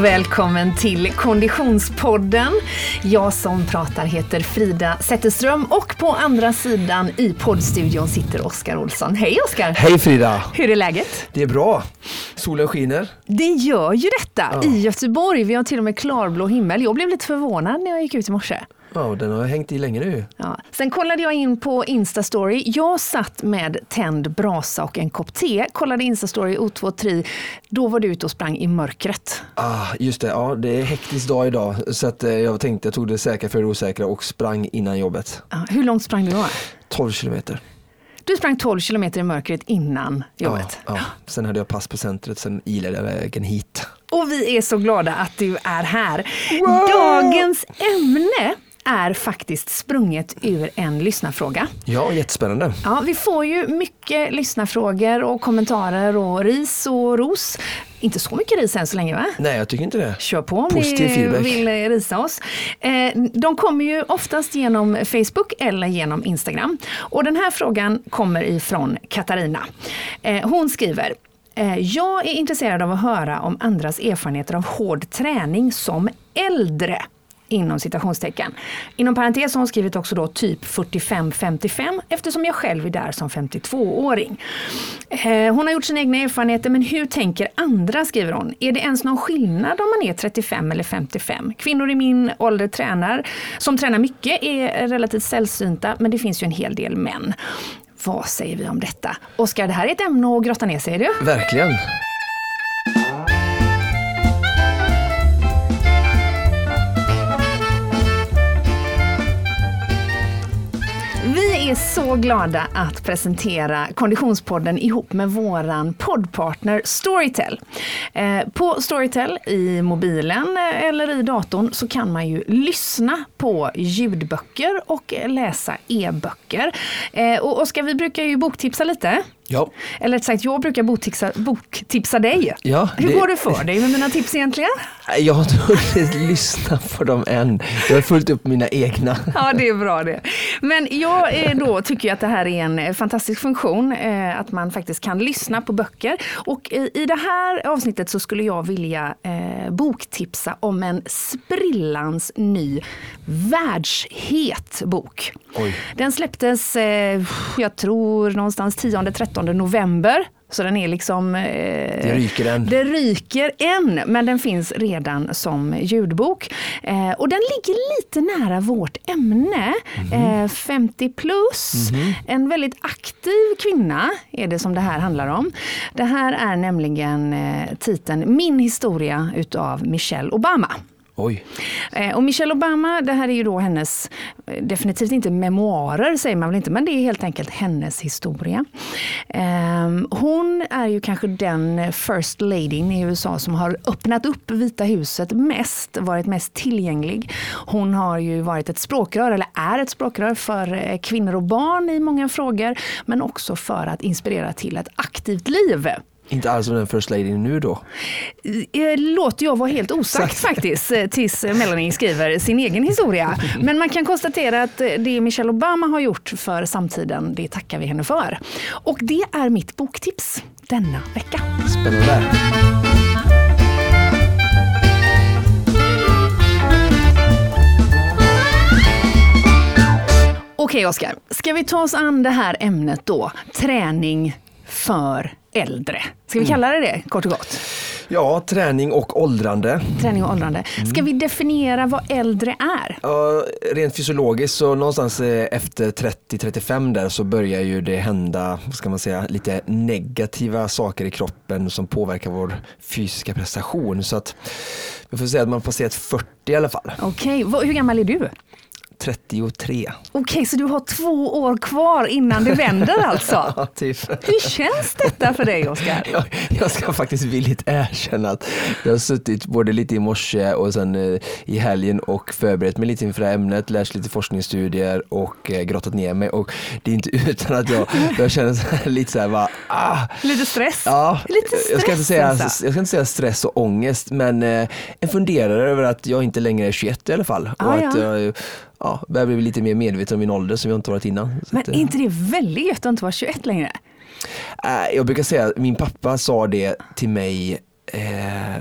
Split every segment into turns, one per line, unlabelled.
välkommen till Konditionspodden. Jag som pratar heter Frida Zetterström och på andra sidan i poddstudion sitter Oskar Olsson. Hej Oskar!
Hej Frida!
Hur är läget?
Det är bra. Solen skiner.
Det gör ju detta i Göteborg. Vi har till och med klarblå himmel. Jag blev lite förvånad när jag gick ut i morse.
Ja, den har hängt i länge nu.
Ja. Sen kollade jag in på Instastory. Jag satt med tänd brasa och en kopp te. Kollade Instastory O2-3. Då var du ute och sprang i mörkret.
Just det. Ja, det är hektisk dag idag. Så att jag tog det säkra för det osäkra och sprang innan jobbet.
Hur långt sprang du då?
12 kilometer.
Du sprang 12 kilometer i mörkret innan jobbet.
Ja. Sen hade jag pass på centret, sen ilade jag vägen hit.
Och vi är så glada att du är här. Wow! Dagens ämne är faktiskt sprunget ur en lyssnarfråga.
Ja, jättespännande.
Ja, vi får ju mycket lyssnarfrågor och kommentarer och ris och ros. Inte så mycket ris än så länge, va?
Nej, jag tycker inte det.
Kör på om
positiv
ni
feedback.
Vill risa oss. De kommer ju oftast genom Facebook eller genom Instagram. Och den här frågan kommer ifrån Katarina. Hon skriver: jag är intresserad av att höra om andras erfarenheter av hård träning som äldre. Inom citationstecken. Inom parentes har hon skrivit också då typ 45-55 eftersom jag själv är där som 52-åring. Hon har gjort sina egna erfarenheter, men hur tänker andra, skriver hon. Är det ens någon skillnad om man är 35 eller 55? Kvinnor i min ålder som tränar mycket är relativt sällsynta, men det finns ju en hel del män. Vad säger vi om detta? Oskar, det här är ett ämne att grotta ner, säger du?
Verkligen.
Vi är så glada att presentera Konditionspodden ihop med våran poddpartner Storytel. På Storytel i mobilen eller i datorn så kan man ju lyssna på ljudböcker och läsa e-böcker. Och Oskar, vi brukar ju boktipsa lite.
Ja.
Eller sagt, jag brukar boktipsa dig.
Ja,
Hur går det för dig med mina tips egentligen?
Jag har inte hunnit lyssna på dem än. Jag har fullt upp mina egna.
Ja, det är bra det. Men jag tycker att det här är en fantastisk funktion. Att man faktiskt kan lyssna på böcker. Och i det här avsnittet så skulle jag vilja boktipsa om en sprillans ny världshet bok.
Oj.
Den släpptes, jag tror någonstans 10-13 november. Så den är liksom...
det ryker än.
Det ryker än, men den finns redan som ljudbok. Och den ligger lite nära vårt ämne. 50 plus. En väldigt aktiv kvinna är det som det här handlar om. Det här är nämligen titeln Min historia utav Michelle Obama.
Oj.
Och Michelle Obama, det här är ju då hennes, definitivt inte memoarer säger man väl inte, men det är helt enkelt hennes historia. Hon är ju kanske den first lady i USA som har öppnat upp Vita huset mest, varit mest tillgänglig. Hon har ju varit ett språkrör, eller är ett språkrör för kvinnor och barn i många frågor, men också för att inspirera till ett aktivt liv.
Inte alls som den first lady nu då?
Låter jag vara helt osagt faktiskt tills Melanie skriver sin egen historia. Men man kan konstatera att det Michelle Obama har gjort för samtiden, det tackar vi henne för. Och det är mitt boktips denna vecka.
Spännande.
Okej, Oskar, ska vi ta oss an det här ämnet då? Träning för äldre. Ska vi kalla det kort och gott?
Ja, träning och åldrande.
Träning och åldrande. Ska vi definiera vad äldre är?
Rent fysiologiskt så någonstans efter 30-35 där så börjar ju det hända, ska man säga, lite negativa saker i kroppen som påverkar vår fysiska prestation. Så att vi får säga att man har passerat 40 i alla fall.
Okej, hur gammal är du?
33.
Okej, så du har 2 år kvar innan det vänder alltså?
Ja, typ.
Hur känns detta för dig, Oskar?
Jag ska faktiskt villigt erkänna att jag har suttit både lite i morse och sen i helgen och förberett mig lite inför det här ämnet, läst lite forskningsstudier och grottat ner mig. Och det är inte utan att jag känner lite så här
lite stress?
Ja,
lite stress
jag ska inte säga stress och ångest, men en funderare över att jag inte längre är 21 i alla fall. Och att jag börjar bli lite mer medveten om min ålder som jag inte varit innan.
Men är inte det väldigt gött att inte vara 21 längre?
Jag brukar säga att min pappa sa det till mig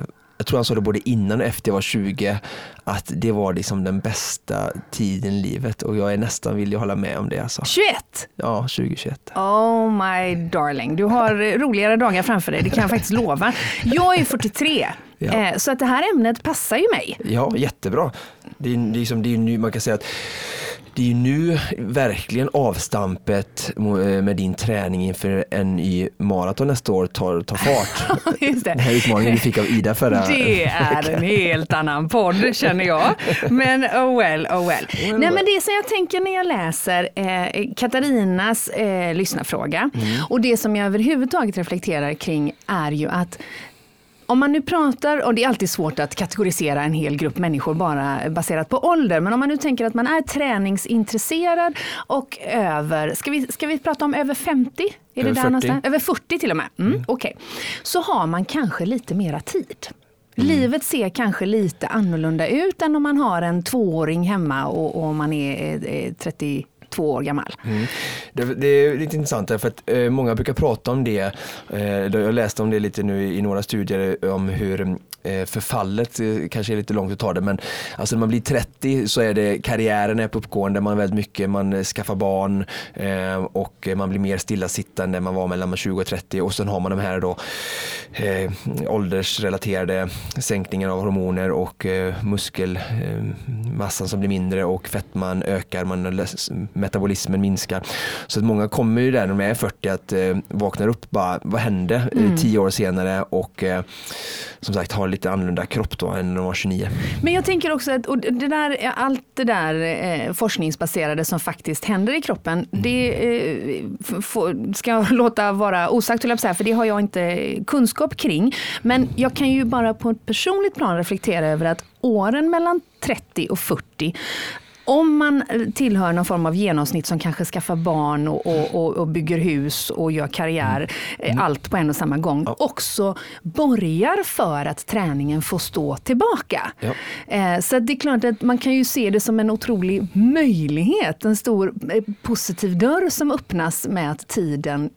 jag tror han sa det både innan och efter jag var 20, att det var liksom den bästa tiden i livet, och jag är nästan villig att hålla med om det. Alltså.
21?
Ja, 2021.
Oh my darling, du har roligare dagar framför dig, det kan jag faktiskt lova. Jag är 43. Ja. Så att det här ämnet passar ju mig.
Ja, jättebra. Det är nu, man kan säga att det är nu verkligen avstampet med din träning inför en ny maraton nästa år tar fart.
Just det.
Den här utmaningen du fick av Ida förra.
Det är en helt annan podd, känner jag. Men oh well. Nej, men det som jag tänker när jag läser Katarinas lyssnarfråga och det som jag överhuvudtaget reflekterar kring är ju att om man nu pratar, och det är alltid svårt att kategorisera en hel grupp människor bara baserat på ålder, men om man nu tänker att man är träningsintresserad och ska vi prata om över 50? Är det där någonstans? Över 40 till och med. Okej. Så har man kanske lite mera tid. Livet ser kanske lite annorlunda ut än om man har en 2-åring hemma och man är 32 år gammal.
Det är lite intressant för att många brukar prata om det. Jag läste om det lite nu i några studier om hur förfallet kanske är lite långt att ta det, men alltså när man blir 30 så är det karriären är på uppgående, man väldigt mycket, man skaffar barn och man blir mer stillasittande än man var mellan 20 och 30, och sen har man de här då åldersrelaterade sänkningar av hormoner och muskelmassan som blir mindre och fettman ökar, metabolismen minskar. Så att många kommer ju där när de är 40 att vaknar upp bara, vad hände 10 år senare, och som sagt har lite annorlunda kropp då än när de var 29.
Men jag tänker också att allt det där forskningsbaserade som faktiskt händer i kroppen, det ska jag låta vara osagt, för det har jag inte kunskap kring. Men jag kan ju bara på ett personligt plan reflektera över att åren mellan 30 och 40, om man tillhör någon form av genomsnitt som kanske skaffar barn och bygger hus och gör karriär, allt på en och samma gång, också borgar för att träningen får stå tillbaka. Ja. Så det är klart att man kan ju se det som en otrolig möjlighet, en stor positiv dörr som öppnas med att tiden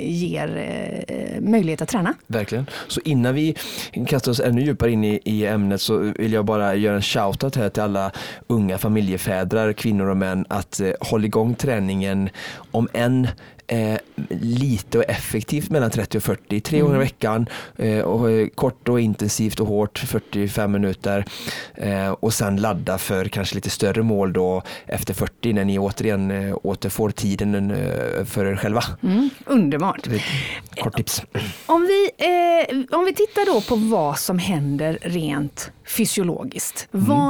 ger möjlighet att träna.
Verkligen. Så innan vi kastar oss ännu djupare in i ämnet så vill jag bara göra en shoutout här till alla unga familjefäder, kvinnor och män, att hålla igång träningen om en lite och effektivt mellan 30 och 40, 3 gånger i veckan, och kort och intensivt och hårt 45 minuter, och sen ladda för kanske lite större mål då efter 40 när ni återigen återfår tiden för er själva.
Underbart.
Kort tips.
Om vi tittar då på vad som händer rent fysiologiskt. Vad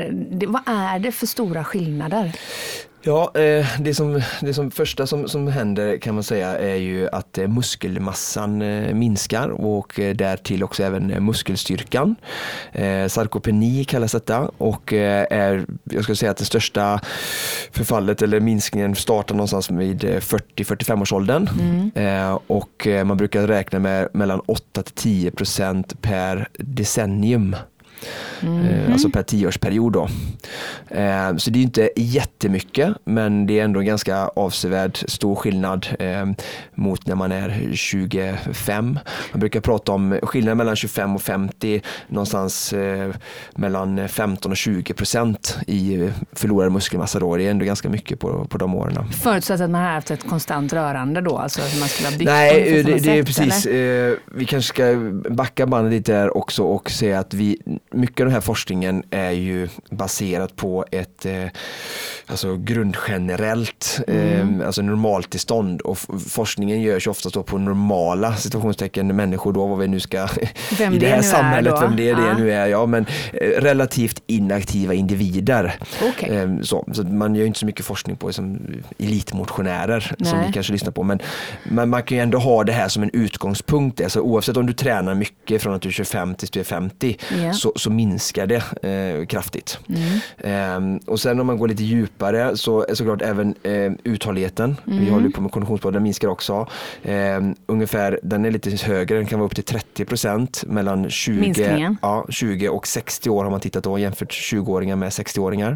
är det för stora skillnader?
Ja, det som första som händer kan man säga är ju att muskelmassan minskar och därtill också även muskelstyrkan. Sarkopeni kallas detta, och jag ska säga att det största förfallet eller minskningen startar någonstans vid 40-45-årsåldern. Och man brukar räkna med mellan 8-10% per decennium. Alltså per 10-årsperiod då. Så det är ju inte jättemycket, men det är ändå en ganska avsevärd stor skillnad mot när man är 25. Man brukar prata om skillnaden mellan 25 och 50, någonstans mellan 15-20% i förlorad muskelmassa då. Det är ändå ganska mycket på de åren.
Förutsatt att man har haft ett konstant rörande då, alltså att man skulle ha byggt.
Nej, det är precis. Vi kanske ska backa bandet lite där också och säga att mycket av den här forskningen är ju baserat på ett alltså grundgenerellt alltså normaltillstånd, och forskningen görs ofta då på normala situationstecken människor då, vad vi nu ska i det här samhället, vem det nu är, men relativt inaktiva individer. Okay. Så man gör inte så mycket forskning på som elitmotionärer som vi kanske lyssnar på, men man kan ju ändå ha det här som en utgångspunkt, alltså oavsett om du tränar mycket från att du är 25 till 50 så minskar det kraftigt. Och sen om man går lite djupare så är såklart även uthålligheten. Vi håller på med konditionspodden, minskar också. Ungefär, den är lite högre, den kan vara upp till 30% mellan 20 och 60 år har man tittat då, jämfört 20-åringar med 60-åringar.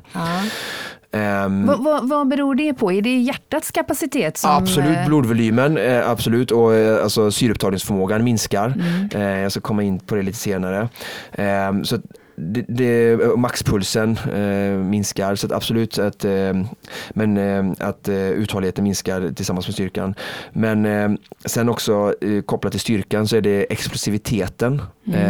Vad beror det på? Är det hjärtats kapacitet?
Absolut, blodvolymen, absolut, och alltså syreupptagningsförmågan minskar. Jag ska komma in på det lite senare. Så maxpulsen minskar, så att absolut att uthålligheten minskar tillsammans med styrkan. Men sen också kopplat till styrkan så är det explosiviteten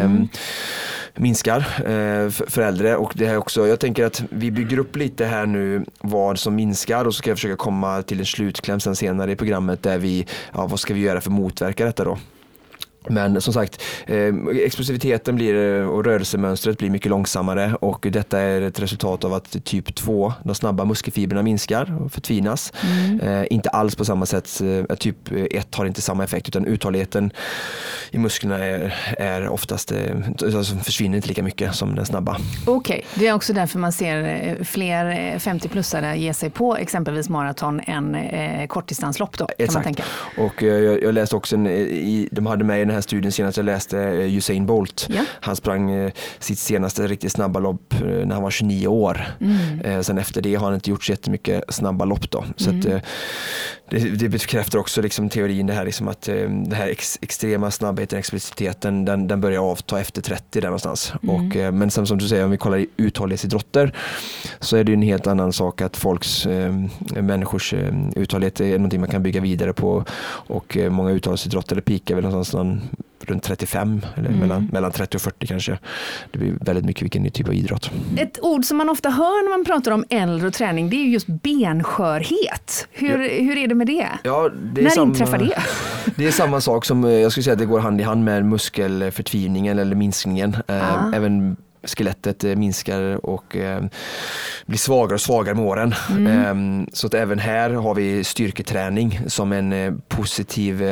minskar för äldre, och det här också, jag tänker att vi bygger upp lite här nu vad som minskar, och så ska jag försöka komma till en slutkläm sen senare i programmet där vad ska vi göra för att motverka detta då. Men som sagt, explosiviteten och rörelsemönstret blir mycket långsammare, och detta är ett resultat av att typ 2, de snabba muskelfibrerna minskar och förtvinas. Inte alls på samma sätt, typ 1 har inte samma effekt, utan uthålligheten i musklerna är oftast, alltså försvinner inte lika mycket som den snabba.
Okej, det är också därför man ser fler 50-plussare ge sig på exempelvis maraton än kortdistanslopp då, kan
Exakt.
man tänka.
Och jag läste också, de hade med i den här studien senast, jag läste Usain Bolt. Ja. Han sprang sitt senaste riktigt snabba lopp när han var 29 år. Sen efter det har han inte gjort så jättemycket snabba lopp då. Så att, det bekräftar också liksom teorin det här, liksom att det här extrema snabbheten, explosiviteten, den börjar avta efter 30 där någonstans. Och, men som du säger, om vi kollar i uthållighetsidrotter så är det en helt annan sak att människors uthållighet är någonting man kan bygga vidare på, och många uthållighetsidrotter pikar väl någonstans runt 35 eller mellan 30 och 40 kanske. Det blir väldigt mycket vilken typ av idrott. Ett
ord som man ofta hör när man pratar om äldre och träning, det är ju just benskörhet. Hur är det med det?
Ja,
när inträffar det?
Det är samma sak som jag skulle säga att det går hand i hand med muskelförtviningen eller minskningen. Även skelettet minskar och blir svagare och svagare med åren. Så att även här har vi styrketräning som en positiv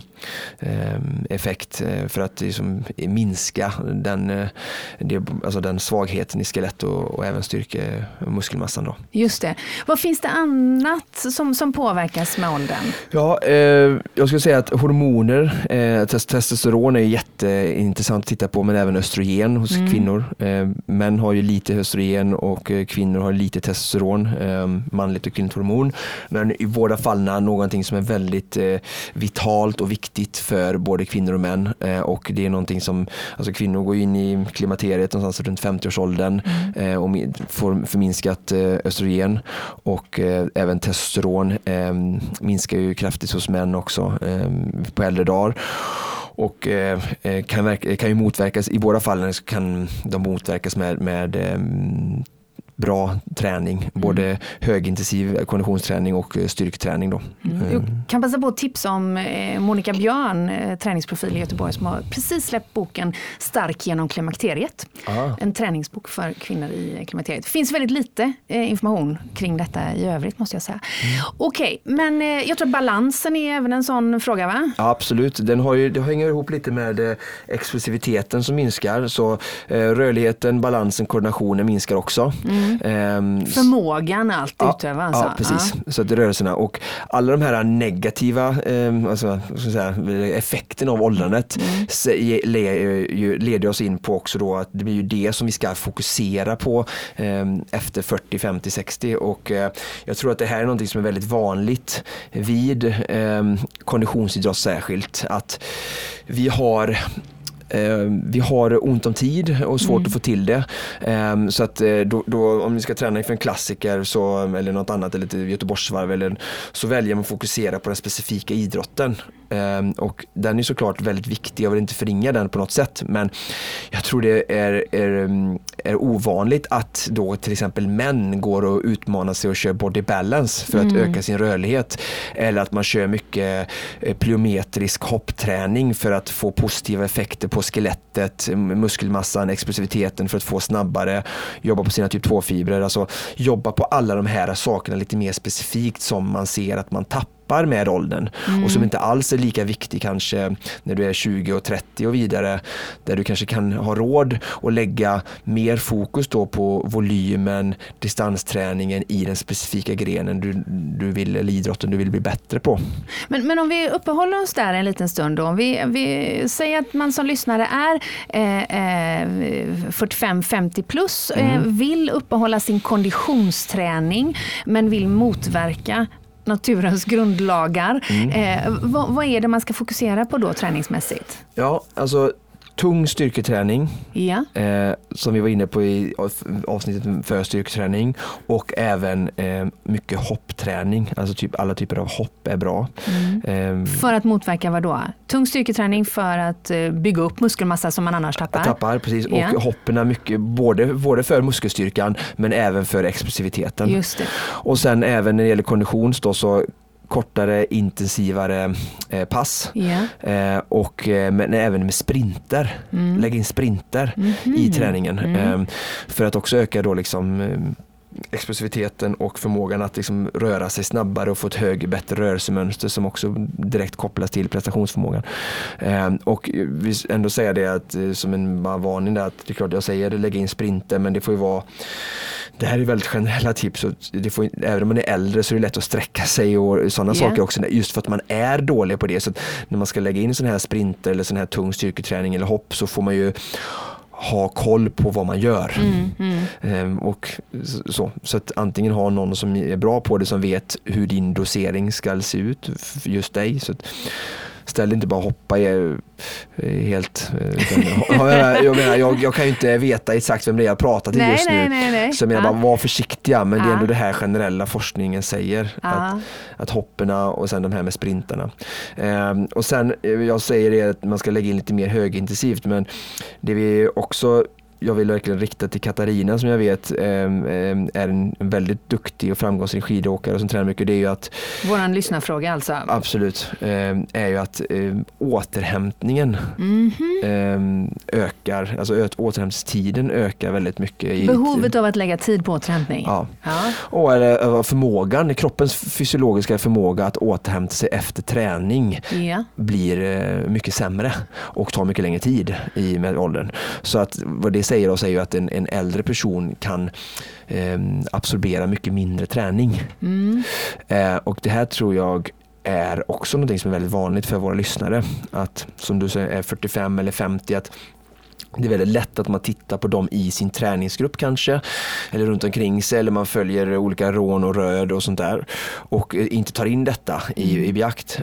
effekt för att liksom minska den svagheten i skelett och även styrke och muskelmassan då.
Just det. Vad finns det annat som påverkas med åldern?
Ja, jag skulle säga att hormoner, testosteron är jätteintressant att titta på, men även östrogen hos kvinnor. Män har ju lite östrogen och kvinnor har lite testosteron, manligt och kvinnligt hormon. Men i båda fallen någonting som är väldigt vitalt och viktigt för både kvinnor och män. Och det är någonting som, alltså kvinnor går in i klimakteriet någonstans runt 50-årsåldern och får förminskat östrogen, och även testosteron minskar ju kraftigt hos män också på äldre dagar. Och kan ju motverkas, i båda fallen så kan de motverkas med bra träning, både högintensiv konditionsträning och styrketräning då.
Jag kan passa på att tipsa om Monica Björn, träningsprofil i Göteborg, som har precis släppt boken Stark genom klimakteriet. En träningsbok för kvinnor i klimakteriet. Det finns väldigt lite information kring detta i övrigt, måste jag säga. Okej, men jag tror att balansen är även en sån fråga, va?
Ja, absolut. Det hänger ihop lite med explosiviteten som minskar, så rörligheten, balansen, koordinationen minskar också.
Förmågan allt utöva alltså.
Ja, precis. Så att rörelserna och alla de här negativa effekterna av åldrandet leder oss in på också då att det blir ju det som vi ska fokusera på efter 40, 50, 60, och jag tror att det här är någonting som är väldigt vanligt vid konditionsidrott särskilt, att vi har ont om tid och svårt att få till det. Så att då om ni ska träna inför en klassiker eller något annat, eller ett Göteborgsvarv, så väljer man att fokusera på den specifika idrotten. Och den är såklart väldigt viktig, jag vill inte förringa den på något sätt, men jag tror det är ovanligt att då till exempel män går och utmanar sig och kör body balance för att öka sin rörlighet, eller att man kör mycket plyometrisk hoppträning för att få positiva effekter på skelettet, muskelmassan, explosiviteten, för att få snabbare, jobba på sina typ 2-fibrer, alltså jobba på alla de här sakerna lite mer specifikt som man ser att man tappar tappar med åldern och som inte alls är lika viktig kanske när du är 20 och 30 och vidare, där du kanske kan ha råd att lägga mer fokus då på volymen, distansträningen i den specifika grenen du vill, eller idrotten du vill bli bättre på.
Men om vi uppehåller oss där en liten stund då, om vi säger att man som lyssnare är 45-50 plus, vill uppehålla sin konditionsträning men vill motverka naturens grundlagar. Vad är det man ska fokusera på då träningsmässigt?
Ja, alltså tung styrketräning, som vi var inne på i avsnittet för styrketräning, och även mycket hoppträning, alltså typ alla typer av hopp är bra.
För att motverka vad då? Tung styrketräning för att bygga upp muskelmassa som man annars tappar.
Precis, och hoppen är mycket både för muskelstyrkan men även för explosiviteten.
Just det.
Och sen även när det gäller kondition då, så kortare, intensivare pass men även med sprinter. Lägga in sprinter i träningen för att också öka då liksom explosiviteten och förmågan att liksom röra sig snabbare och få ett bättre rörelsemönster som också direkt kopplas till prestationsförmågan. Och vi ändå säga det att som en varning där, att det är klart jag säger lägga in sprinter, men det får ju vara, det här är väldigt generella tips, så det får, även om man är äldre så är det lätt att sträcka sig och sådana saker också, just för att man är dålig på det. Så att när man ska lägga in sån här sprinter eller sån här tung styrketräning eller hopp, så får man ju ha koll på vad man gör. Och så att antingen ha någon som är bra på det, som vet hur din dosering ska se ut för just dig. Så att ställ inte bara hoppa helt. Jag kan ju inte veta exakt vem det är jag pratar till just nu. Nej. Så jag menar bara, var försiktiga, men det är ändå det här generella forskningen säger. Att hopperna och sen de här med sprintarna. Och sen, jag säger det att man ska lägga in lite mer högintensivt, men det vi också, jag vill verkligen rikta till Katarina, som jag vet är en väldigt duktig och framgångsrik skidåkare som tränar mycket. Det är ju att
våran lyssnarfråga alltså.
Absolut. Är ju att återhämtningen ökar. Alltså återhämtningstiden ökar väldigt mycket.
Behovet av att lägga tid på återhämtning.
Ja. Och förmågan, kroppens fysiologiska förmåga att återhämta sig efter träning blir mycket sämre och tar mycket längre tid med åldern. Så att vad det säger oss är ju att en äldre person kan absorbera mycket mindre träning. Och det här tror jag är också något som är väldigt vanligt för våra lyssnare, att som du säger är 45 eller 50, att det är väldigt lätt att man tittar på dem i sin träningsgrupp kanske, eller runt omkring sig, eller man följer olika rån och röd och sånt där och inte tar in detta i beakt.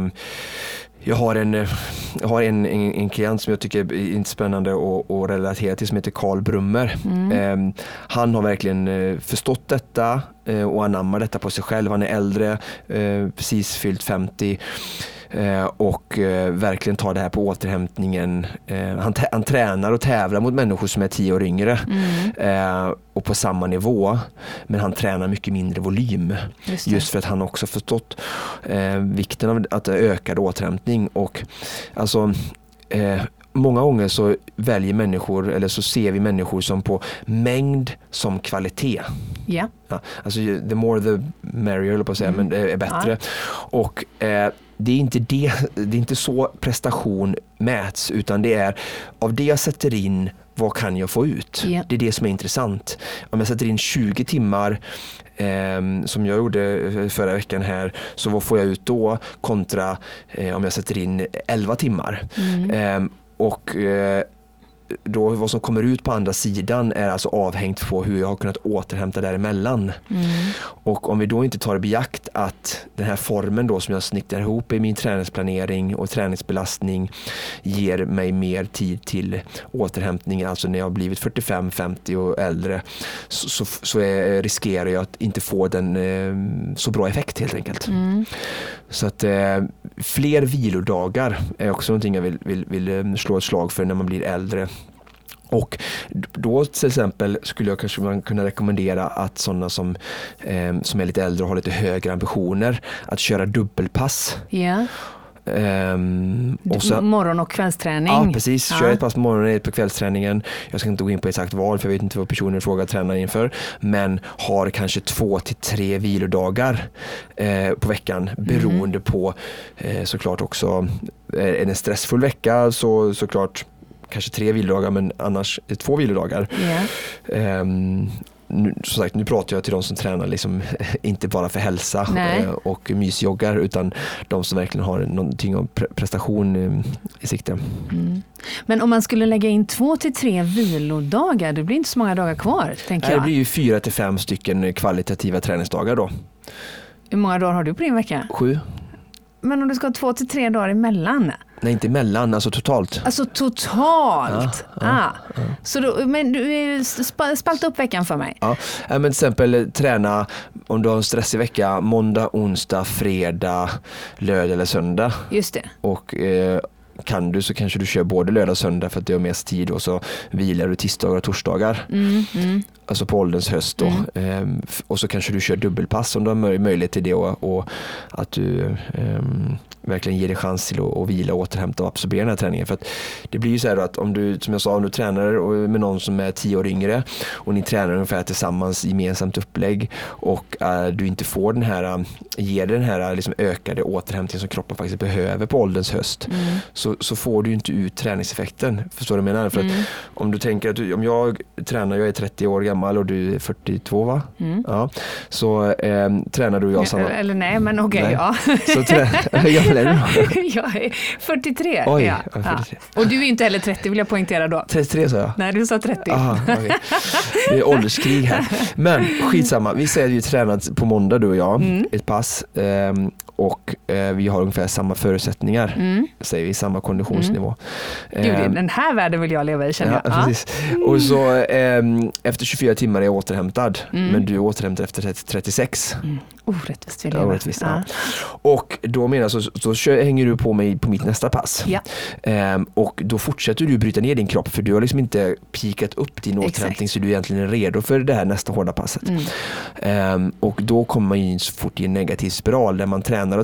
Jag har en klient som jag tycker är spännande att relatera till, som heter Carl Brummer. Han har verkligen förstått detta och anammar detta på sig själv. Han är äldre, precis fyllt 50. Och verkligen tar det här på återhämtningen. Han tränar och tävlar mot människor som är 10 år yngre och på samma nivå, men han tränar mycket mindre volym, just för att han också förstått vikten av att öka återhämtning. Och alltså många gånger så väljer människor, eller så ser vi människor som på mängd som kvalitet. Ja, alltså the more the merrier, eller på att säga, men det är bättre. Och det är inte så prestation mäts, utan det är av det jag sätter in, vad kan jag få ut? Det är det som är intressant. Om jag sätter in 20 timmar som jag gjorde förra veckan här, så vad får jag ut då kontra om jag sätter in 11 timmar? Och då vad som kommer ut på andra sidan är alltså avhängt på hur jag har kunnat återhämta däremellan. Och om vi då inte tar i beakt att den här formen då som jag snickrar ihop i min träningsplanering och träningsbelastning ger mig mer tid till återhämtning, alltså när jag har blivit 45, 50 och äldre, så riskerar jag att inte få den så bra effekt helt enkelt. Så att fler vilodagar är också någonting jag vill slå ett slag för när man blir äldre. Och då till exempel skulle jag kanske kunna rekommendera att sådana som är lite äldre och har lite högre ambitioner att köra dubbelpass. Och så,
morgon- och kvällsträning.
Ja, precis. Kör ett pass på morgonen och ett på kvällsträningen. Jag ska inte gå in på exakt vad, för jag vet inte vad personen frågar tränar inför. Men har kanske 2 till 3 vilodagar på veckan, beroende på såklart också. Är det en stressfull vecka så såklart kanske 3 vilodagar, men annars 2 vilodagar. Som sagt, nu pratar jag till de som tränar liksom, inte bara för hälsa och mysjoggar, utan de som verkligen har någonting om prestation i sikte.
Men om man skulle lägga in 2 till 3 vilodagar, det blir inte så många dagar kvar, tänker jag.
Det blir ju 4 till 5 stycken kvalitativa träningsdagar då.
Hur många dagar har du på din vecka?
7.
Men om du ska ha 2 till 3 dagar emellan?
Nej, inte emellan, alltså totalt.
Alltså totalt? Så då, men du spalta upp veckan för mig.
Ja, men till exempel träna om du har en stressig vecka, måndag, onsdag, fredag, lördag eller söndag.
Just det.
Och kan du så kanske du kör både lördag och söndag för att du har mest tid, och så vilar du tisdagar och torsdagar. Alltså på ålderns höst då. Och så kanske du kör dubbelpass om du har möjlighet till det, och att du verkligen ger dig chans till att vila, återhämta och absorbera den här träningen. För att det blir ju så här då, att om du, som jag sa, om du tränar med någon som är 10 år yngre och ni tränar ungefär tillsammans, gemensamt upplägg, och du inte får ger den här liksom ökade återhämtning som kroppen faktiskt behöver på ålderns höst, så får du inte ut träningseffekten. Förstår du vad jag menar? För att om du tänker att om jag tränar, jag är 30 år gammal och du är 42, va? Ja. Så tränar du och jag samma...
Eller nej, men okej, ja.
Så
jag är 43.
Oj,
ja.
43.
Och du är inte heller 30, vill jag poängtera då.
33 sa jag.
Nej, du sa 30.
Aha, okay. Det är ålderskrig här. Men skitsamma, vi säger att vi tränat på måndag, du och jag, ett pass. Och vi har ungefär samma förutsättningar, säger vi, samma konditionsnivå.
Gud, den här världen vill jag leva i, känner jag.
Ja, precis. Och så efter 24 timmar är jag återhämtad, men du är återhämtad efter 36.
Orättvist vill jag leva.
Ja. Och då menar så hänger du på mig på mitt nästa pass.
Ja.
Och då fortsätter du bryta ner din kropp, för du har liksom inte pikat upp din återhämtning, så du egentligen är redo för det här nästa hårda passet. Och då kommer man ju så fort i en negativ spiral där man tränar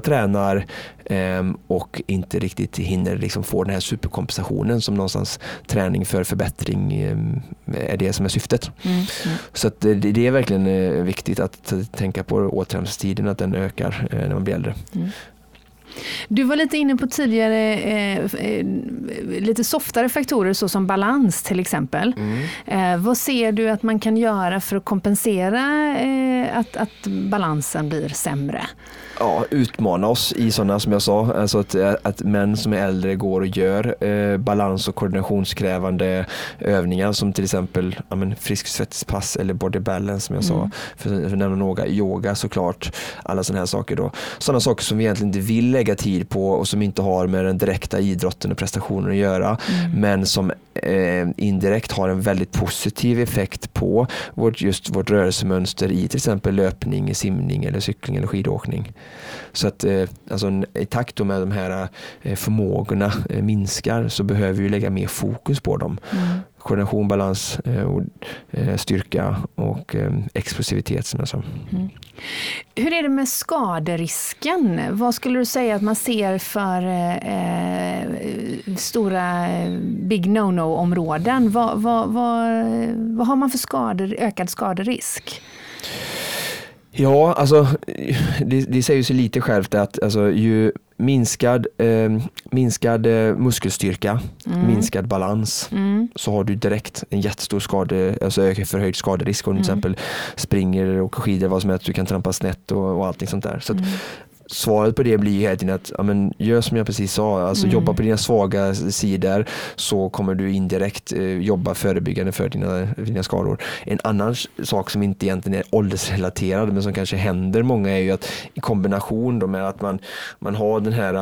och inte riktigt hinner liksom få den här superkompensationen som någonstans träning för förbättring är det som är syftet. Så att det är verkligen viktigt att tänka på återhämtningstiden, att den ökar när man blir äldre.
Du var lite inne på tidigare lite softare faktorer så som balans till exempel. Vad ser du att man kan göra för att kompensera att balansen blir sämre?
Ja, utmana oss i sådana, som jag sa, alltså att män som är äldre går och gör balans- och koordinationskrävande övningar, som till exempel frisksvettspass eller body balance, som jag sa, för att nämna några, yoga såklart, alla sådana här saker då. Sådana saker som vi egentligen inte vill lägga tid på och som inte har med den direkta idrotten och prestationen att göra, men som indirekt har en väldigt positiv effekt på vårt rörelsemönster i till exempel löpning, simning eller cykling eller skidåkning. Så att i takt med de här förmågorna minskar, så behöver vi lägga mer fokus på dem. Koordination, balans, styrka och explosivitet, som jag sa.
Hur är det med skaderisken? Vad skulle du säga att man ser för stora big no-no-områden? Vad har man för ökad skaderisk?
Ja, alltså det säger ju sig lite självt att ju minskad muskelstyrka, minskad balans, så har du direkt en jättestor förhöjd skaderisk om du till exempel springer och skidor, vad som är, att du kan trampa snett och allting sånt där. Så att svaret på det blir hela tiden att gör som jag precis sa, jobba på dina svaga sidor, så kommer du indirekt jobba förebyggande för dina skador. En annan sak som inte egentligen är åldersrelaterad, men som kanske händer många, är ju att i kombination då med att man har den här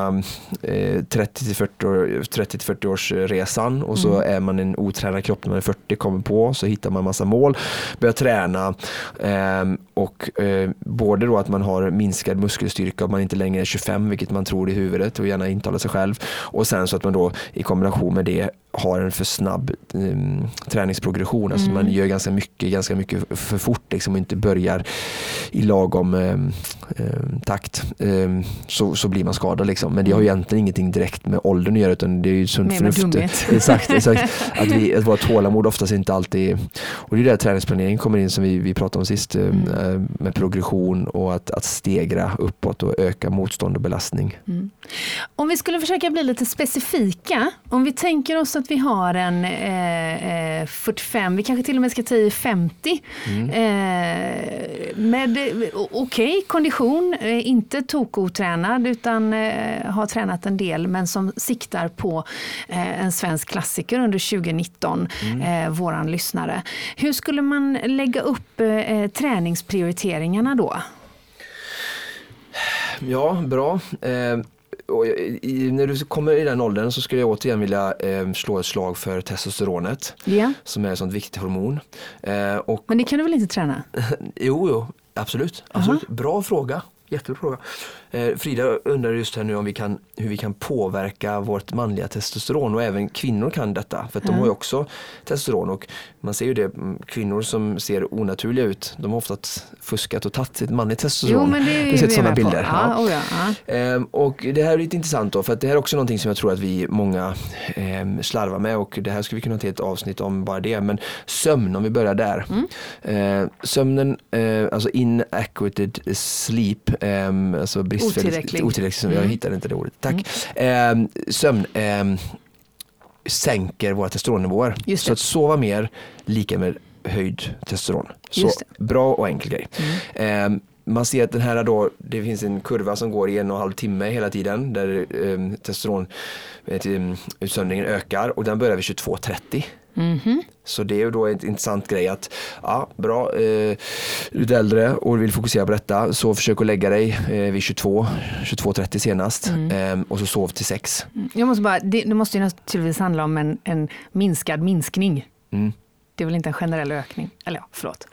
30-40 års resan, och så är man en otränad kropp när man är 40, kommer på, så hittar man massa mål, börjar träna, och både då att man har minskad muskelstyrka och man inte längre är 25, vilket man tror i huvudet och gärna intalar sig själv, och sen så att man då i kombination med det har en för snabb träningsprogression. Alltså man gör ganska mycket för fort liksom, och inte börjar i lagom takt. Så blir man skadad liksom. Men det har ju egentligen ingenting direkt med åldern att göra, utan det är ju sunt förnuft. Exakt. Att vara tålamod oftast inte alltid, och det är där träningsplanering kommer in som vi pratade om sist, med progression och att stegra uppåt och öka motstånd och belastning.
Om vi skulle försöka bli lite specifika, om vi tänker oss att vi har en 45, vi kanske till och med ska ta i 50 med okej kondition, inte tokotränad utan har tränat en del, men som siktar på en svensk klassiker under 2019, våran lyssnare. Hur skulle man lägga upp träningsprioriteringarna då?
Ja, bra. Och när du kommer i den åldern så skulle jag återigen vilja slå ett slag för testosteronet, som är ett sånt viktigt hormon.
Men det kan du väl inte träna?
Jo, absolut. Bra fråga. Jättebra fråga. Frida undrar just här nu hur vi kan påverka vårt manliga testosteron, och även kvinnor kan detta, för att de har ju också testosteron, och man ser ju det, kvinnor som ser onaturliga ut, de har ofta fuskat och tagit sitt manligt testosteron.
Jo, men det är ju
sett sådana bilder. Och det här är lite intressant då, för att det här är också någonting som jag tror att vi många slarvar med, och det här skulle vi kunna ta ett avsnitt om bara det, men sömn, om vi börjar där. Sömnen, alltså inadequate sleep, alltså otillräcklig som jag hittade inte det ordet. Tack. Sömn sänker våra testosteronnivåer. Så att sova mer lika med höjd testosteron. Så bra och enkel grej. Man ser att den här då, det finns en kurva som går i 1,5 timme hela tiden, där testosteronutsöndringen ökar, och den börjar vid 22:30. Så det är ju då en intressant grej att bra, du är äldre och vill fokusera på detta, så försök att lägga dig vid 22:30 senast, och så sov till 6.
Jag måste bara, det måste ju naturligtvis handla om en minskad minskning. Det är väl inte en generell ökning? Eller förlåt.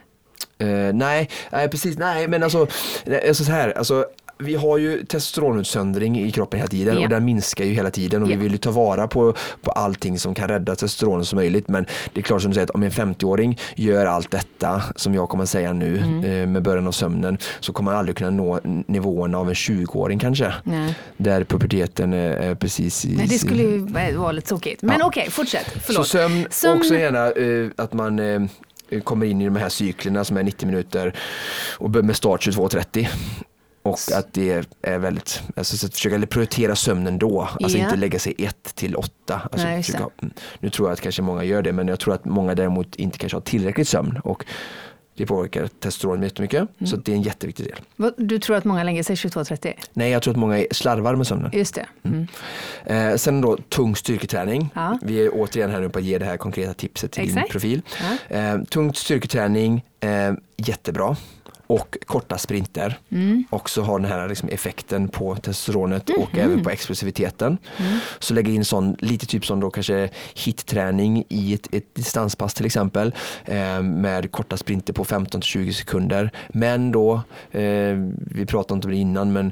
Nej, precis. Nej, men alltså så här, alltså vi har ju testosteronutsöndring i kroppen hela tiden, och den minskar ju hela tiden, och vi vill ju ta vara på allting som kan rädda testosteron som möjligt, men det är klart som du säger att om en 50-åring gör allt detta som jag kommer att säga nu med början av sömnen, så kommer man aldrig kunna nå nivåerna av en 20-åring kanske. Där puberteten är precis i...
Nej, det skulle ju vara lite tokigt. Men okej, fortsätt. Förlåt.
Så sömn också gärna att man kommer in i de här cyklerna som är 90 minuter och med start 22:30. Och att det är väldigt, alltså så att försöka prioritera sömnen då, alltså inte lägga sig 1-8. Alltså nu tror jag att kanske många gör det, men jag tror att många däremot inte kanske har tillräckligt sömn, och det påverkar testosteron jättemycket, så det är en jätteviktig del.
Du tror att många lägger sig 22:30?
Nej, jag tror att många slarvar med sömnen.
Just det.
Sen då tung styrketräning. Vi är återigen här nu på att ge det här konkreta tipset till din profil. Tung styrketräning, jättebra. Och korta sprinter. Också har den här liksom effekten på testosteronet och även på explosiviteten. Så lägga in sån, lite typ som då kanske hitträning i ett distanspass till exempel, med korta sprinter på 15-20 sekunder. Men då, vi pratade inte om det innan, men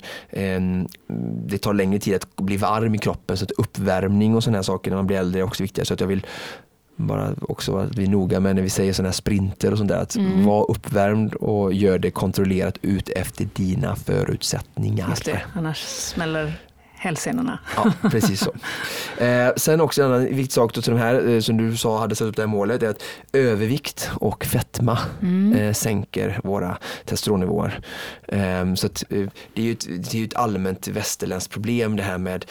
det tar längre tid att bli varm i kroppen, så att uppvärmning och sådana här saker när man blir äldre är också viktiga. Så att jag vill bara också att vi är noga med när vi säger sådana här sprinter och sånt där, att vara uppvärmd och gör det kontrollerat ut efter dina förutsättningar.
Just det, annars smäller hälsenorna.
Ja, precis så. Sen också en annan viktig sak till de här, som du sa hade satt upp det här målet, är att övervikt och fetma sänker våra testosteronnivåer. Så att, det är ju ett allmänt västerländskt problem, det här med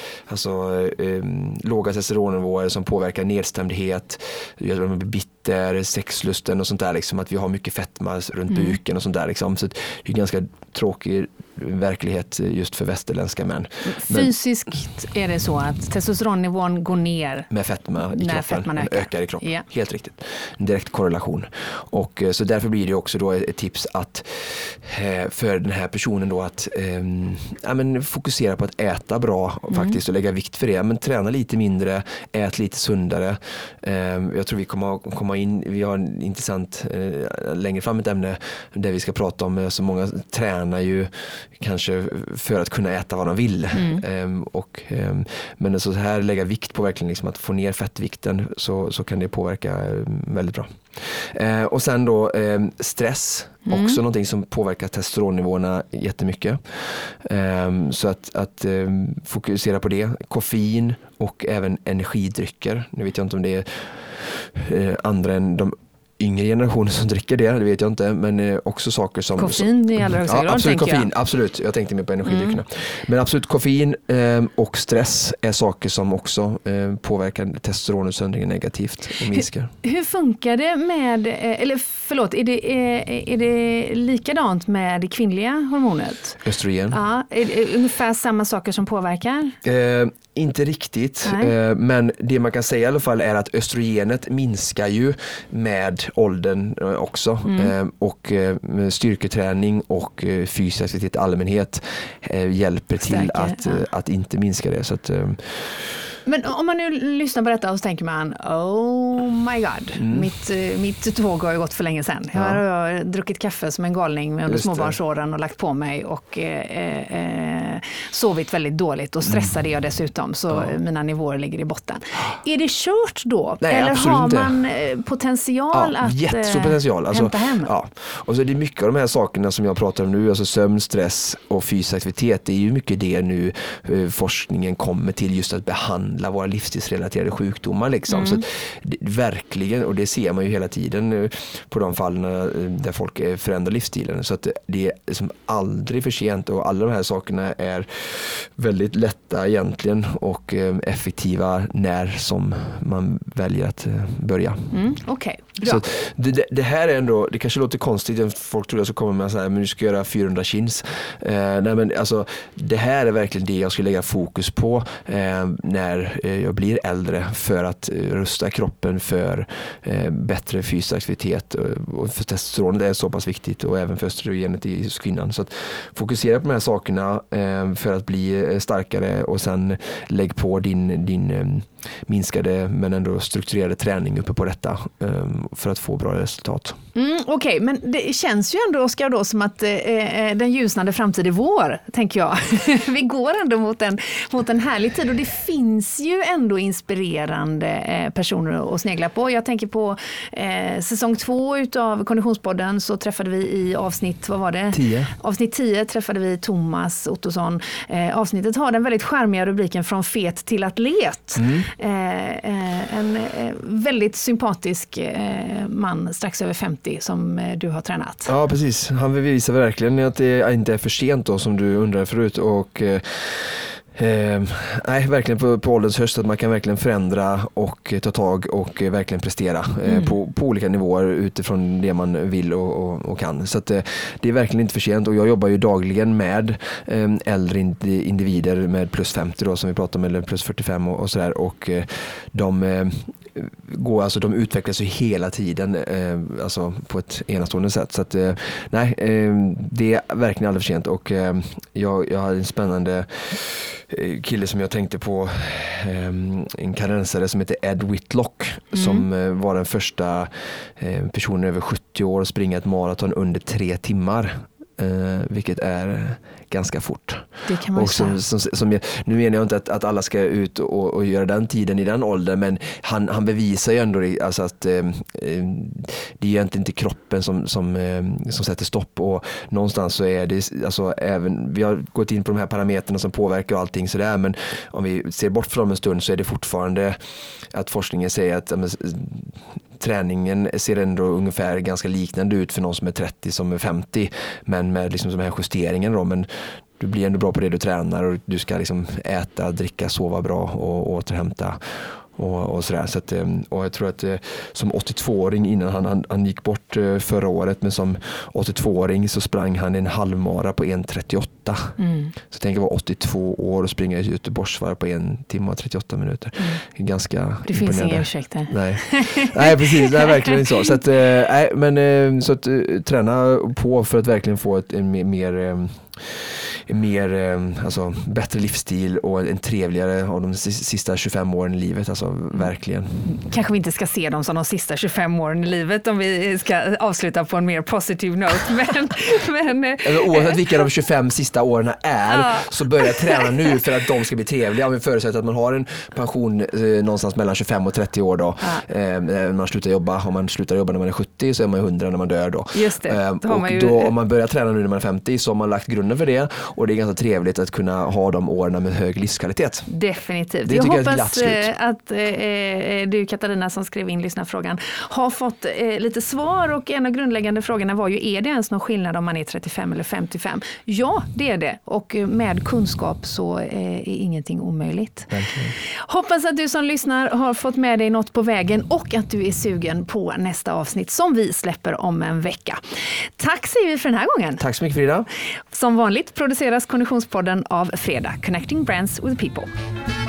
låga testosteronnivåer som påverkar nedstämdhet, bitter, sexlusten och sånt där, liksom, att vi har mycket fetma runt buken och sånt där, liksom. Så det är ganska tråkig verklighet just för västerländska män.
Fysiskt är det så att testosteronnivån går ner
med fetma i kroppen, ökar i kroppen. Helt riktigt. En direkt korrelation. Och så därför blir det också då ett tips att för den här personen då att fokusera på att äta bra faktiskt, och lägga vikt för det, men träna lite mindre, ät lite sundare. Jag tror vi kommer komma in, vi har en intressant längre fram ett ämne där vi ska prata om, så många tränar ju kanske för att kunna äta vad de vill. Men så här lägga vikt på verkligen liksom att få ner fettvikten, så kan det påverka väldigt bra. Och sen då stress, också någonting som påverkar testosteronnivåerna jättemycket. Så att fokusera på det. Koffein och även energidrycker. Nu vet jag inte om det är andra än de yngre generationer som dricker det vet jag inte, men också saker som
koffein i allra högsta grad,
absolut,
tänker
koffein,
jag.
Absolut, jag tänkte mer på energidryckerna. Men absolut, koffein och stress är saker som också påverkar testosteronutsöndringen negativt och minskar.
Hur funkar det med, eller förlåt, är det likadant med det kvinnliga hormonet?
Östrogen.
Ja, är det ungefär samma saker som påverkar?
Inte riktigt, men det man kan säga i alla fall är att östrogenet minskar ju med åldern också, och styrketräning och fysisk aktivitet i allmänhet hjälper till att inte minska det. Så att,
men om man nu lyssnar på detta och så tänker man, oh my god, mitt tåg har ju gått för länge sedan. Jag har druckit kaffe som en galning under småbarnsåren och lagt på mig och sovit väldigt dåligt och stressade jag dessutom, så mina nivåer ligger i botten. Är det kört då?
Nej,
eller har man
inte.
Potential att
jättestor potential. Alltså,
hämta hem?
Ja. Och så är det mycket av de här sakerna som jag pratar om nu, alltså sömn, stress och fysisk aktivitet. Det är ju mycket det nu forskningen kommer till, just att behandla våra livsstilsrelaterade sjukdomar liksom. Så verkligen, och det ser man ju hela tiden på de fallen där folk förändrar livsstilen, så att det är liksom aldrig för sent, och alla de här sakerna är väldigt lätta egentligen och effektiva när som man väljer att börja.
Okej, bra.
Så det här är ändå, det kanske låter konstigt, folk tror jag så kommer med så här, men du ska göra 400 chins. Nej, men alltså det här är verkligen det jag skulle lägga fokus på när jag blir äldre, för att rusta kroppen för bättre fysisk aktivitet, och för testosteronet är så pass viktigt, och även för östrogenet i kvinnan. Så att fokusera på de här sakerna för att bli starkare, och sen lägg på din minskade men ändå strukturerade träning uppe på detta för att få bra resultat.
Okej, men det känns ju ändå, Oskar, då som att den ljusnande framtid är vår, tänker jag. Vi går ändå mot en härlig tid, och det finns ju ändå inspirerande personer att snegla på. Jag tänker på säsong 2 utav Konditionspodden, så träffade vi i avsnitt, vad var det?
10.
Avsnitt 10 träffade vi Thomas Ottosson. Avsnittet har den väldigt charmiga rubriken Från fet till atlet. En väldigt sympatisk man strax över 50 som du har tränat.
Ja, precis. Han bevisar verkligen att det inte är för sent då, som du undrade förut, och nej, verkligen på ålderns höst, att man kan verkligen förändra och ta tag och verkligen prestera på olika nivåer utifrån det man vill och kan. Så att det är verkligen inte för sent, och jag jobbar ju dagligen med äldre individer med plus 50 då, som vi pratar om, eller plus 45 och sådär, och de utvecklas ju hela tiden, alltså på ett enastående sätt. Så att nej, det är verkligen aldrig för sent, och jag hade en spännande kille som jag tänkte på, en kanadensare som heter Ed Whitlock, som var den första personen över 70 år att springa ett maraton under 3 timmar. Vilket är ganska fort.
Det kan man
och nu menar jag inte att alla ska ut och göra den tiden i den åldern, men han bevisar ju ändå alltså att det är egentligen inte kroppen som sätter stopp, och någonstans så är det alltså, även vi har gått in på de här parametrarna som påverkar och allting sådär, men om vi ser bort från en stund så är det fortfarande att forskningen säger att träningen ser ändå ungefär ganska liknande ut för någon som är 30 som är 50, men med liksom de här justeringarna då, men du blir ändå bra på det du tränar, och du ska liksom äta, dricka, sova bra och återhämta och sådär. Så att, och jag tror att som 82-åring, innan han gick bort förra året, men som 82-åring så sprang han en halvmara på 1:38. Så tänk att vara 82 år och springa i Göteborgsvarv på 1 timme och 38 minuter. Ganska
det finns inga ursäkter.
Nej, precis. Det är verkligen så. Så att, så att träna på för att verkligen få en mer mer, bättre livsstil och en trevligare av de sista 25 åren i livet, alltså verkligen.
Kanske vi inte ska se dem som de sista 25 åren i livet om vi ska avsluta på en mer positive note, men
oavsett vilka de 25 sista åren är, så börja träna nu för att de ska bli trevliga. Om vi förutsätter att man har en pension någonstans mellan 25 och 30 år då, man slutar jobba. Om man slutar jobba när man är 70 så är man 100 när man dör då.
Just det.
Om man börjar träna nu när man är 50 så har man lagt grunden för det, och det är ganska trevligt att kunna ha de åren med hög livskvalitet.
Definitivt.
Jag hoppas
att du, Katarina, som skrev in lyssnarfrågan, har fått lite svar, och en av grundläggande frågorna var ju, är det ens någon skillnad om man är 35 eller 55? Ja, det är det, och med kunskap så är ingenting omöjligt.
Verkligen.
Hoppas att du som lyssnar har fått med dig något på vägen och att du är sugen på nästa avsnitt som vi släpper om en vecka. Tack säger vi för den här gången.
Tack så mycket, Frida.
Som vanligt produceras Konditionspodden av Fredag, Connecting Brands with People.